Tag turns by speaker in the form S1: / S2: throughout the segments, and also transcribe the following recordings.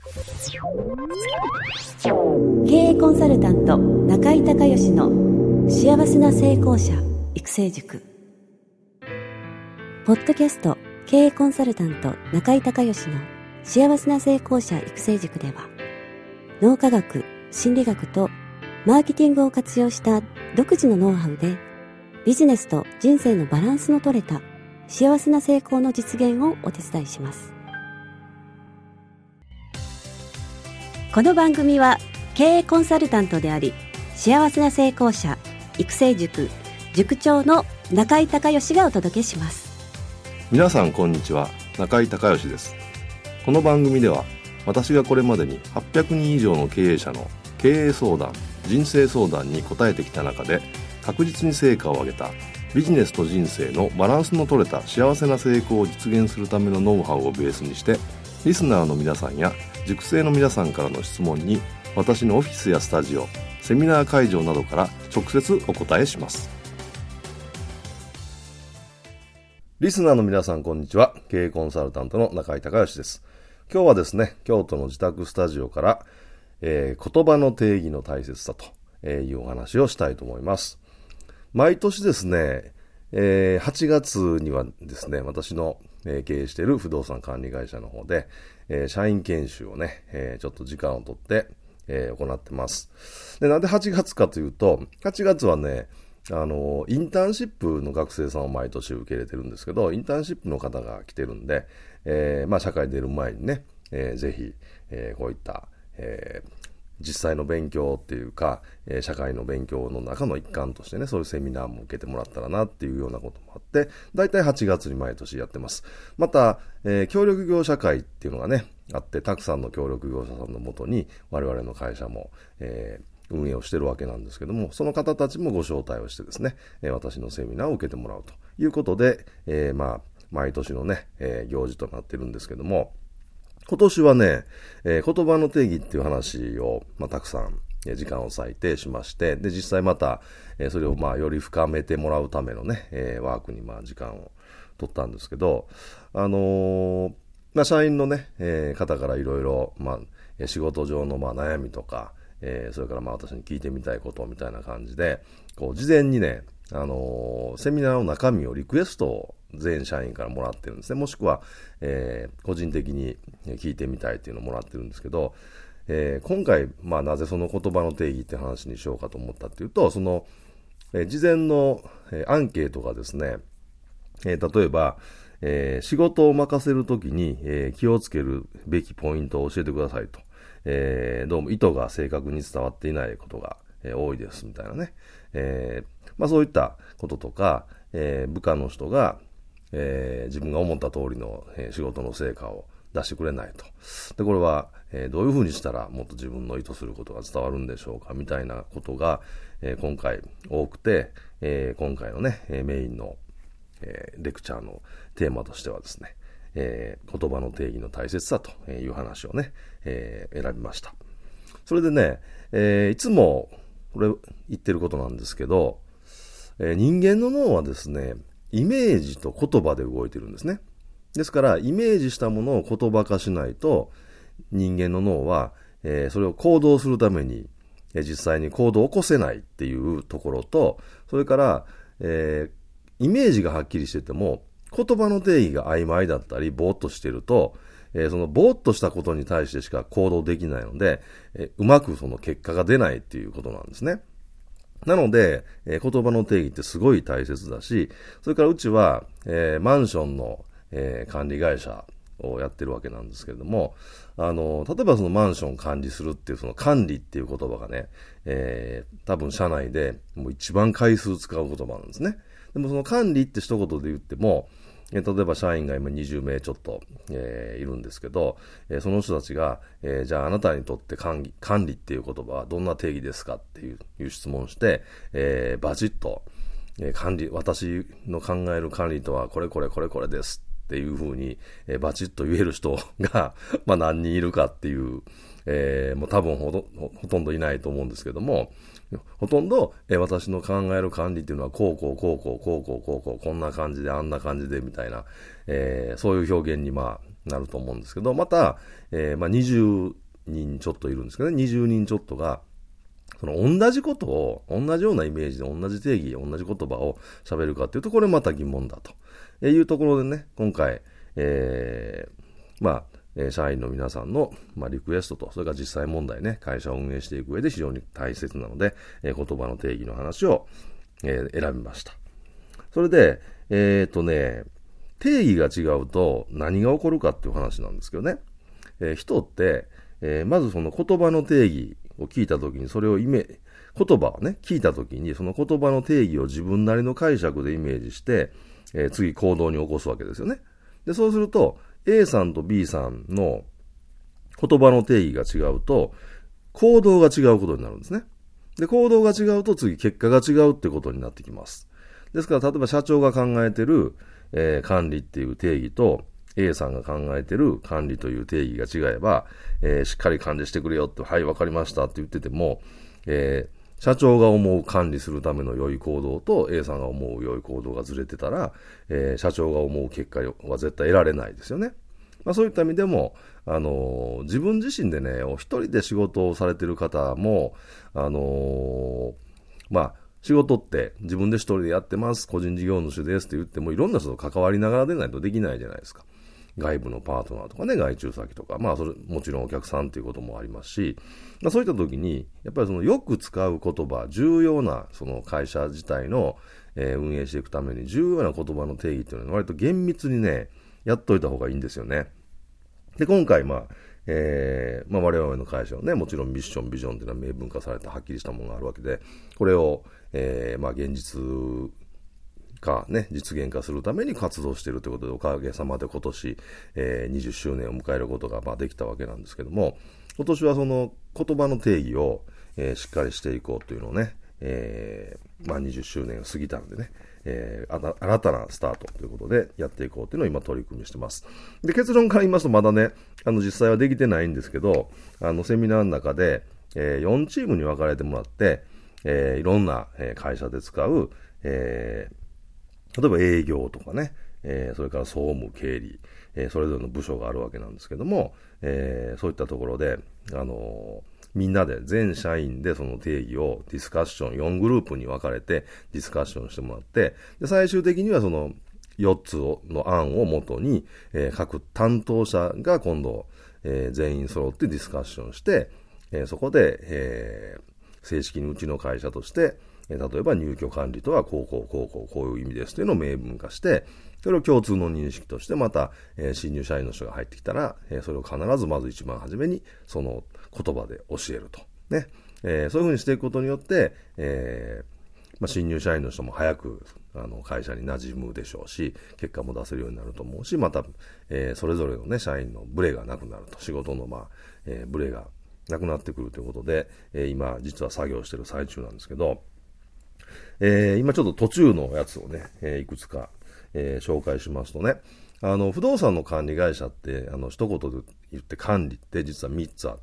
S1: 経営コンサルタント中井孝義の幸せな成功者育成塾。ポッドキャスト経営コンサルタント中井孝義の幸せな成功者育成塾では、脳科学、心理学とマーケティングを活用した独自のノウハウで、ビジネスと人生のバランスの取れた幸せな成功の実現をお手伝いします。この番組は経営コンサルタントであり、幸せな成功者育成塾塾長の中井孝義がお届けします。
S2: 皆さんこんにちは、中井孝義です。この番組では、私がこれまでに800人以上の経営者の経営相談、人生相談に答えてきた中で、確実に成果を上げたビジネスと人生のバランスの取れた幸せな成功を実現するためのノウハウをベースにして、リスナーの皆さんや塾生の皆さんからの質問に、私のオフィスやスタジオ、セミナー会場などから直接お答えします。リスナーの皆さんこんにちは。経営コンサルタントの中井孝義です。今日はですね、京都の自宅スタジオから、言葉の定義の大切さというお話をしたいと思います。毎年ですね、8月にはですね、私の経営している不動産管理会社の方で、社員研修をね、ちょっと時間をとって、行ってます。で、なんで8月かというと、8月はね、インターンシップの学生さんを毎年受け入れてるんですけど、インターンシップの方が来てるんで、社会に出る前にね、ぜひ、こういった、実際の勉強っていうか、社会の勉強の中の一環としてね、そういうセミナーも受けてもらったらなっていうようなこともあって、だいたい8月に毎年やってます。また、協力業者会っていうのがね、あって、たくさんの協力業者さんのもとに、我々の会社も、運営をしてるわけなんですけども、その方たちもご招待をしてですね、私のセミナーを受けてもらうということで、毎年のね、行事となってるんですけども、今年はね、言葉の定義っていう話を、たくさん時間を割いてしまして、で、実際また、それをより深めてもらうためのね、ワークに時間を取ったんですけど、社員のね、方からいろいろ、仕事上の悩みとか、それから私に聞いてみたいことみたいな感じで、事前にね、セミナーの中身をリクエストを全社員からもらってるんですね。もしくは、個人的に聞いてみたいっていうのをもらってるんですけど、今回、なぜその言葉の定義って話にしようかと思ったっていうと、その、事前の、アンケートがですね、例えば、仕事を任せるときに、気をつけるべきポイントを教えてくださいと。どうも意図が正確に伝わっていないことが、多いですみたいなね。そういったこととか、部下の人が、自分が思った通りの、仕事の成果を出してくれないと。で、これは、どういうふうにしたらもっと自分の意図することが伝わるんでしょうかみたいなことが、今回多くて、今回のね、メインの、レクチャーのテーマとしてはですね、言葉の定義の大切さという話をね、選びました。それでね、いつもこれ言ってることなんですけど、人間の脳はですね、イメージと言葉で動いてるんですね。ですから、イメージしたものを言葉化しないと、人間の脳は、それを行動するために、実際に行動を起こせないっていうところと、それから、イメージがはっきりしてても、言葉の定義が曖昧だったり、ぼーっとしてると、そのぼーっとしたことに対してしか行動できないので、うまくその結果が出ないっていうことなんですね。なので、言葉の定義ってすごい大切だし、それからうちは、マンションの、管理会社をやってるわけなんですけれども、例えばそのマンションを管理するっていうその管理っていう言葉がね、多分社内でもう一番回数使う言葉なんですね。でもその管理って一言で言っても、例えば社員が今20名ちょっと、いるんですけど、その人たちが、じゃああなたにとって管理っていう言葉はどんな定義ですかっていう質問して、バチッと、私の考える管理とはこれこれこれこれですっていうふうに、バチッと言える人が、何人いるかっていう、もう多分ほとんどいないと思うんですけども、ほとんど、私の考える管理っていうのはこうこんな感じであんな感じでみたいな、そういう表現になると思うんですけど、また、20人ちょっといるんですけどね、20人ちょっとが、その同じことを、同じようなイメージで同じ定義、同じ言葉を喋るかっていうと、これまた疑問だというところでね、今回、社員の皆さんの、リクエストと、それから実際問題ね、会社を運営していく上で非常に大切なので、言葉の定義の話を、選びました。それで、定義が違うと何が起こるかっていう話なんですけどね。人って、まずその言葉の定義を聞いたときに、それを言葉をね、聞いたときに、その言葉の定義を自分なりの解釈でイメージして、次行動に起こすわけですよね。で、そうすると、A さんと B さんの言葉の定義が違うと、行動が違うことになるんですね。で、行動が違うと次結果が違うってことになってきます。ですから、例えば社長が考えてる、管理っていう定義と、A さんが考えてる管理という定義が違えば、しっかり管理してくれよって、はい、わかりましたって言ってても、社長が思う管理するための良い行動と A さんが思う良い行動がずれてたら、社長が思う結果は絶対得られないですよね。そういった意味でも、自分自身でね、お一人で仕事をされてる方も、仕事って自分で一人でやってます、個人事業主ですって言っても、いろんな人と関わりながらでないとできないじゃないですか。外部のパートナーとかね、外注先とか、それ、もちろんお客さんっていうこともありますし、そういった時に、やっぱりそのよく使う言葉、重要なその会社自体の、運営していくために重要な言葉の定義っていうのは割と厳密にね、やっといた方がいいんですよね。で、今回、我々の会社はね、もちろんミッション、ビジョンっていうのは明文化されたはっきりしたものがあるわけで、これを、現実化ね、実現化するために活動しているということで、おかげさまで今年、20周年を迎えることができたわけなんですけども、今年はその言葉の定義を、しっかりしていこうというのをね、20周年を過ぎたんでね、新たなスタートということでやっていこうというのを今取り組みしてます。で、結論から言いますとまだね、実際はできてないんですけど、セミナーの中で、4チームに分かれてもらって、いろんな会社で使う、例えば営業とかね、それから総務、経理、それぞれの部署があるわけなんですけども、そういったところで、みんなで全社員でその定義をディスカッション、4グループに分かれてディスカッションしてもらって、で最終的にはその4つの案をもとに、各担当者が今度、全員揃ってディスカッションして、そこで、正式にうちの会社として、例えば入居管理とはこういう意味ですというのを明文化して、それを共通の認識としてまた、新入社員の人が入ってきたら、それを必ずまず一番初めにその言葉で教えると。ね。そういうふうにしていくことによって、新入社員の人も早く会社に馴染むでしょうし、結果も出せるようになると思うし、また、それぞれのね、社員のブレがなくなると。仕事のブレがなくなってくるということで、今実は作業している最中なんですけど、今ちょっと途中のやつをね、いくつか、紹介しますとね、不動産の管理会社って、一言で言って管理って実は3つあって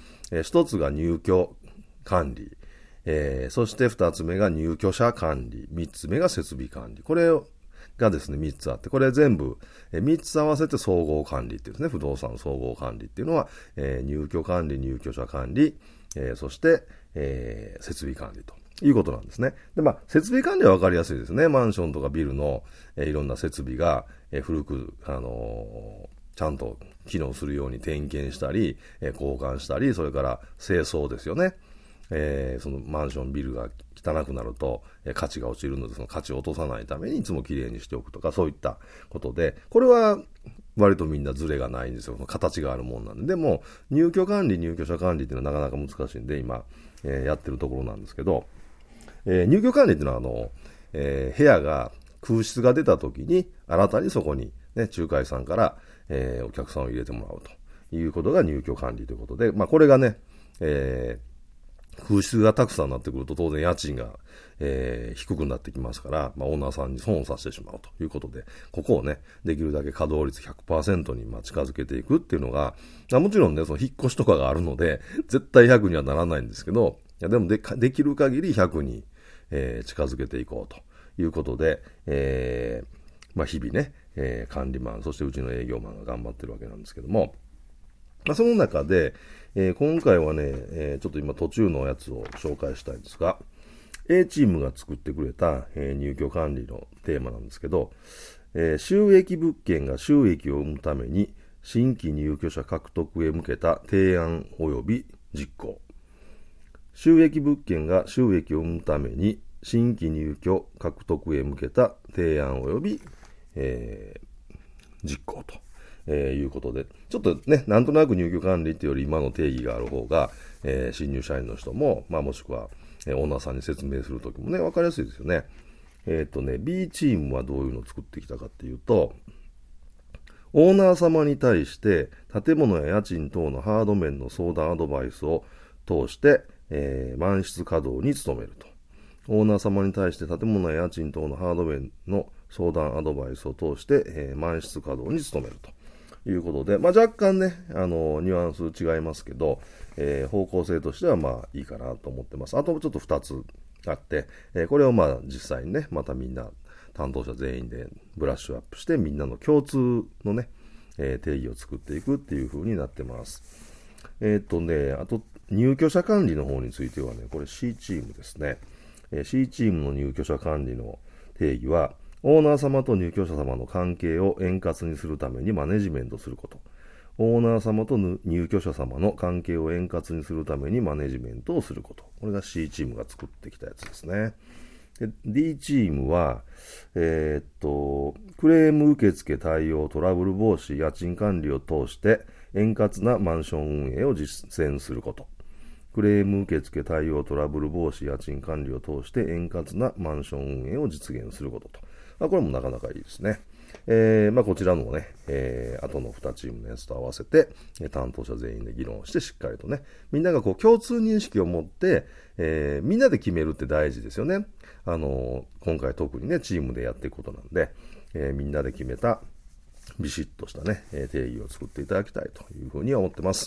S2: 、1つが入居管理、そして2つ目が入居者管理、3つ目が設備管理。これがですね、3つあって、これ全部、3つ合わせて総合管理っていうんですね、不動産総合管理っていうのは、入居管理、入居者管理、そして、設備管理ということなんですね。で、設備管理は分かりやすいですね。マンションとかビルの、いろんな設備が、古く、ちゃんと機能するように点検したり、交換したり、それから清掃ですよね。そのマンションビルが汚くなると、価値が落ちるので、その価値を落とさないためにいつもきれいにしておくとか、そういったことで、これは割とみんなズレがないんですよ。形があるもんなんで。でも、入居管理、入居者管理っていうのはなかなか難しいんで、今、やってるところなんですけど、入居管理っていうのは、部屋が、空室が出た時に、新たにそこに、ね、仲介さんから、お客さんを入れてもらうということが入居管理ということで、これがね、空室がたくさんになってくると当然家賃が、低くなってきますから、オーナーさんに損をさせてしまうということで、ここをね、できるだけ稼働率 100% に近づけていくっていうのが、もちろんね、その引っ越しとかがあるので、絶対100にはならないんですけど、でもできる限り100に、近づけていこうということで、日々ね、 管理マン、そしてうちの営業マンが頑張ってるわけなんですけども、その中で、今回はね、ちょっと今途中のやつを紹介したいんですが、A チームが作ってくれた、入居管理のテーマなんですけど、収益物件が収益を生むために新規入居者獲得へ向けた提案及び実行。収益物件が収益を生むために新規入居獲得へ向けた提案及び、実行と、いうことで、ちょっとね、なんとなく入居管理っていうより今の定義がある方が、新入社員の人も、もしくは、オーナーさんに説明するときもね、わかりやすいですよね。B チームはどういうのを作ってきたかっていうと、オーナー様に対して建物や家賃等のハード面の相談アドバイスを通して、満室稼働に努めると。オーナー様に対して建物や家賃等のハード面の相談アドバイスを通して、満室稼働に努めるということで、若干ね、ニュアンス違いますけど、方向性としてはいいかなと思ってます。あとちょっと2つあって、これを実際にね、またみんな担当者全員でブラッシュアップしてみんなの共通のね、定義を作っていくっていう風になってます。あと入居者管理の方についてはね、これ C チームですね。C チームの入居者管理の定義は、オーナー様と入居者様の関係を円滑にするためにマネジメントすること。オーナー様と入居者様の関係を円滑にするためにマネジメントをすること。これが C チームが作ってきたやつですね。で D チームは、クレーム受付対応、トラブル防止、家賃管理を通して円滑なマンション運営を実践すること。クレーム受付対応、トラブル防止、家賃管理を通して円滑なマンション運営を実現することと。これもなかなかいいですね。こちらのね、後の2チームのやつと合わせて、担当者全員で議論をしてしっかりとね、みんなが共通認識を持って、みんなで決めるって大事ですよね。今回特にね、チームでやっていくことなんで、みんなで決めたビシッとしたね、定義を作っていただきたいというふうに思ってます。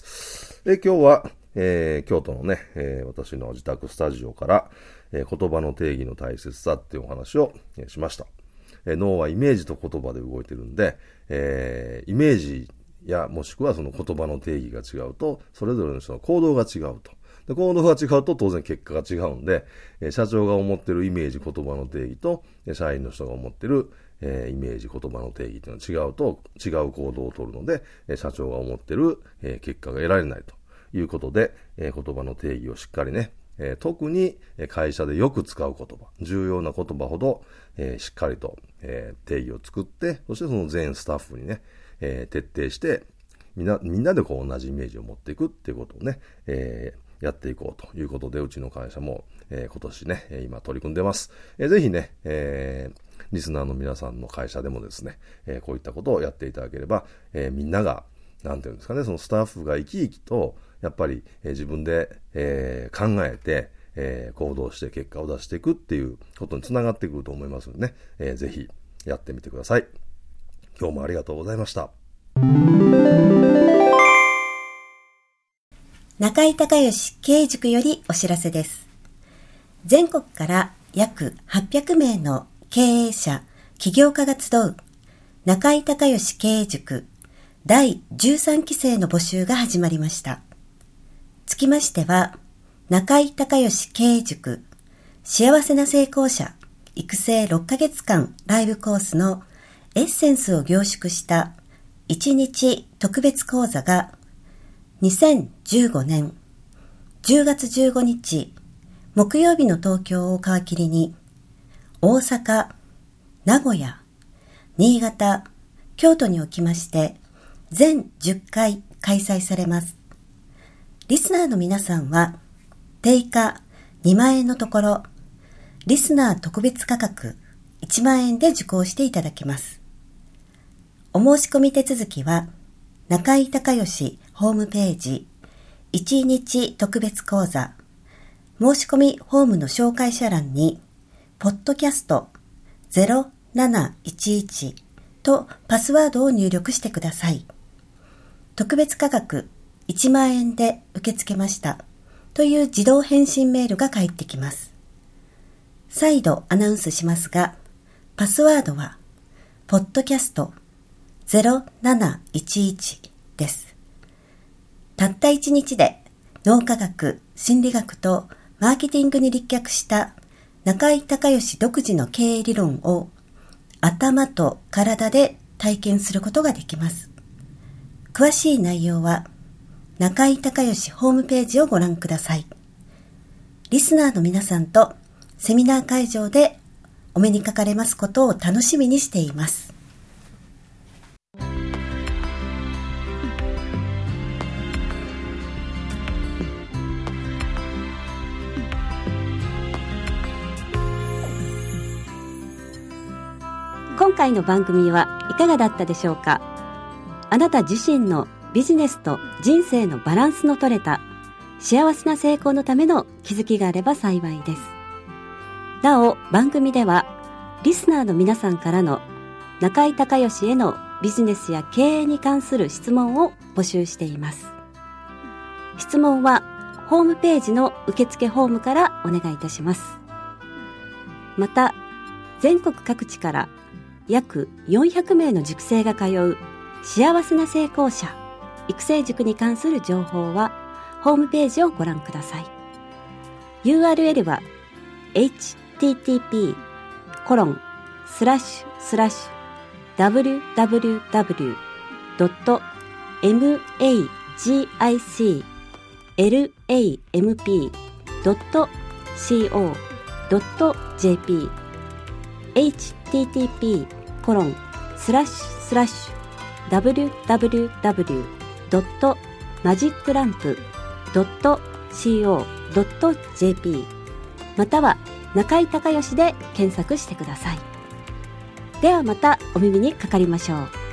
S2: で、今日は、京都のね、私の自宅スタジオから、言葉の定義の大切さっていうお話を、しました。脳はイメージと言葉で動いてるんで、イメージやもしくはその言葉の定義が違うと、それぞれの人の行動が違うと。で、行動が違うと当然結果が違うんで、社長が思ってるイメージ言葉の定義と、社員の人が思ってる、イメージ言葉の定義というのは違うと、違う行動を取るので、社長が思ってる、結果が得られないということで、言葉の定義をしっかりね、特に会社でよく使う言葉、重要な言葉ほど、しっかりと、定義を作って、そしてその全スタッフにね、徹底して、みんなで同じイメージを持っていくっていうことをね、やっていこうということで、うちの会社も、今年ね、今取り組んでます。ぜひね、リスナーの皆さんの会社でもですね、こういったことをやっていただければ、みんなが、なんていうんですかね、そのスタッフが生き生きと、やっぱり、自分で、考えて、行動して結果を出していくっていうことにつながってくると思いますのでね、ぜひやってみてください。今日もありがとうございました。
S1: 中井孝義経営塾よりお知らせです。全国から約800名の経営者、起業家が集う中井孝義経営塾第13期生の募集が始まりました。つきましては、中井孝義経営塾幸せな成功者育成6ヶ月間ライブコースのエッセンスを凝縮した1日特別講座が2015年10月15日木曜日の東京を皮切りに大阪、名古屋、新潟、京都におきまして全10回開催されます。リスナーの皆さんは定価2万円のところ、リスナー特別価格1万円で受講していただけます。お申し込み手続きは、中井孝義ホームページ、1日特別講座、申し込みフォームの紹介者欄に、ポッドキャスト0711とパスワードを入力してください。特別価格1万円で受け付けましたという自動返信メールが返ってきます。再度アナウンスしますが、パスワードはポッドキャスト0711です。たった1日で脳科学、心理学とマーケティングに立脚した中井隆義独自の経営理論を頭と体で体験することができます。詳しい内容は中井隆義ホームページをご覧ください。リスナーの皆さんとセミナー会場でお目にかかれますことを楽しみにしています。
S3: 今回の番組はいかがだったでしょうか。あなた自身のビジネスと人生のバランスの取れた幸せな成功のための気づきがあれば幸いです。なお、番組ではリスナーの皆さんからの中井隆義へのビジネスや経営に関する質問を募集しています。質問はホームページの受付フォームからお願いいたします。また、全国各地から約400名の塾生が通う幸せな成功者育成塾に関する情報はホームページをご覧ください。 URL は http://www.magiclamp.co.jp http://www.magiclamp.co.jp または中井隆義で検索してください。ではまたお耳にかかりましょう。